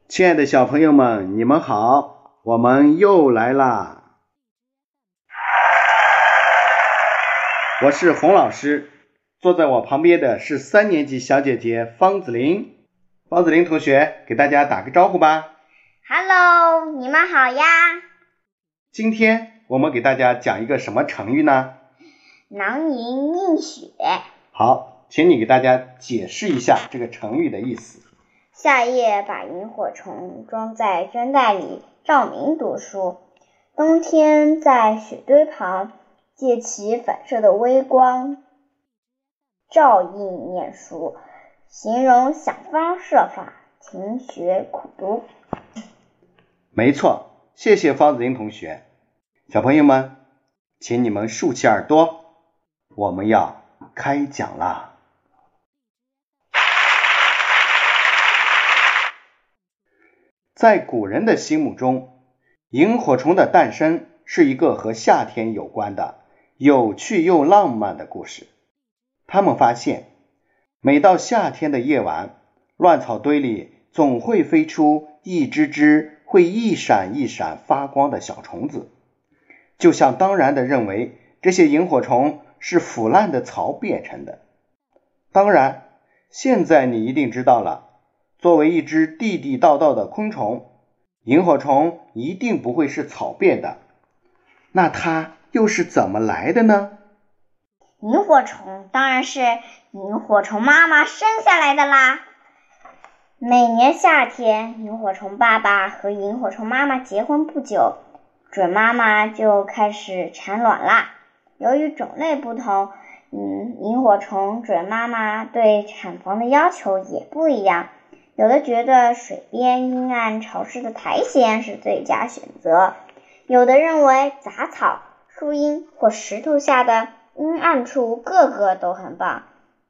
亲爱的小朋友们，你们好，我们又来啦！我是洪老师，坐在我旁边的是3年级小姐姐方子琳。方子琳同学，给大家打个招呼吧。 Hello， 你们好呀。 今天我们给大家讲一个什么成语呢？ 囊萤映雪。 好，请你给大家解释一下这个成语的意思。 夏夜把萤火虫装在绢袋里照明读书，冬天在雪堆旁借其反射的微光照映念书，形容想方设法勤学苦读。 没错，谢谢方子琳同学。小朋友们，请你们竖起耳朵，我们要开讲啦。在古人的心目中，萤火虫的诞生是一个和夏天有关的有趣又浪漫的故事。他们发现，每到夏天的夜晚，乱草堆里总会飞出一只只会一闪一闪发光的小虫子，就像当然地认为这些萤火虫是腐烂的草变成的。当然，现在你一定知道了，作为一只地地道道的昆虫，萤火虫一定不会是草变的。那它又是怎么来的呢？ 萤火虫当然是萤火虫妈妈生下来的啦。每年夏天，萤火虫爸爸和萤火虫妈妈结婚不久，准妈妈就开始产卵啦。由于种类不同，萤火虫准妈妈对产房的要求也不一样。有的觉得水边阴暗潮湿的苔藓是最佳选择，有的认为杂草、树荫或石头下的阴暗处个个都很棒。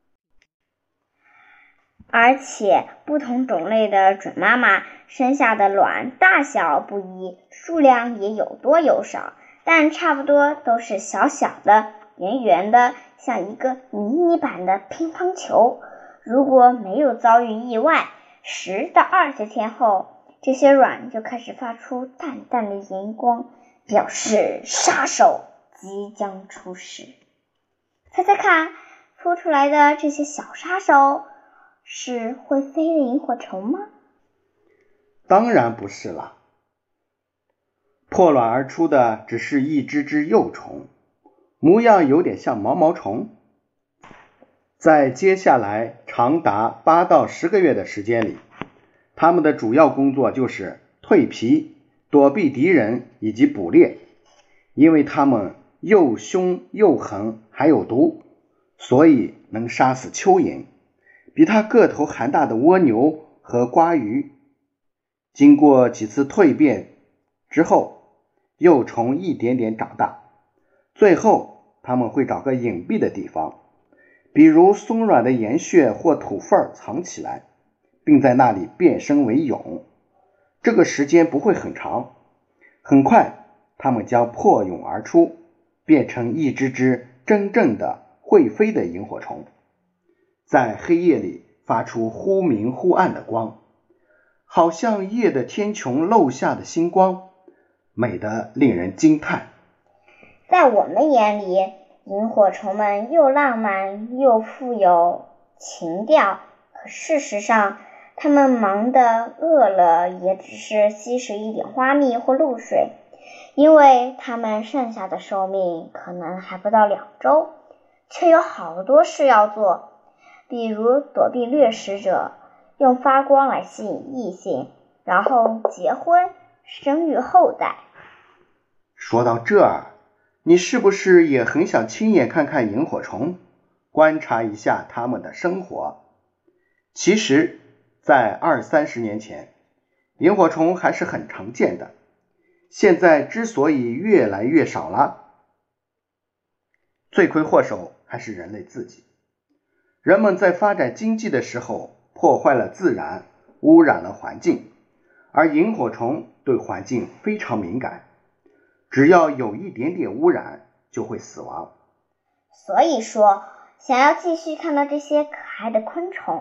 而且不同种类的准妈妈生下的卵大小不一，数量也有多有少，但差不多都是小小的、圆圆的，像一个迷你版的乒乓球。如果没有遭遇意外，10到20天后，这些卵就开始发出淡淡的荧光，表示杀手即将出世。猜猜看，孵出来的这些小杀手是会飞的萤火虫吗？ 当然不是了，破卵而出的只是一只只幼虫，模样有点像毛毛虫。在接下来长达8到10个月的时间里，他们的主要工作就是蜕皮、躲避敌人以及捕猎。因为他们又凶又狠还有毒，所以能杀死蚯蚓，比它个头还大的蜗牛和瓜鱼。经过几次蜕变之后，幼虫一点点长大，最后他们会找个隐蔽的地方，比如松软的岩穴或土缝藏起来，并在那里变身为蛹。这个时间不会很长，很快它们将破蛹而出，变成一只只真正的会飞的萤火虫，在黑夜里发出忽明忽暗的光，好像夜的天穹漏下的星光，美得令人惊叹。 在我们眼里，萤火虫们又浪漫又富有情调，可事实上，它们忙得饿了也只是吸食一点花蜜或露水，因为它们剩下的寿命可能还不到2周，却有好多事要做，比如躲避掠食者，用发光来吸引异性，然后结婚，生育后代。 说到这儿，你是不是也很想亲眼看看萤火虫，观察一下它们的生活？其实，在20-30年前，萤火虫还是很常见的，现在之所以越来越少了，罪魁祸首还是人类自己。人们在发展经济的时候破坏了自然，污染了环境，而萤火虫对环境非常敏感，只要有一点点污染就会死亡。 所以说，想要继续看到这些可爱的昆虫，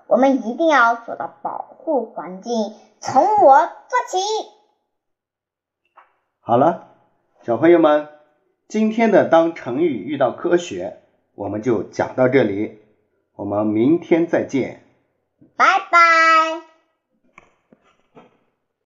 我们一定要做到保护环境，从我做起。 好了，小朋友们，今天的当成语遇到科学我们就讲到这里，我们明天再见。 拜拜。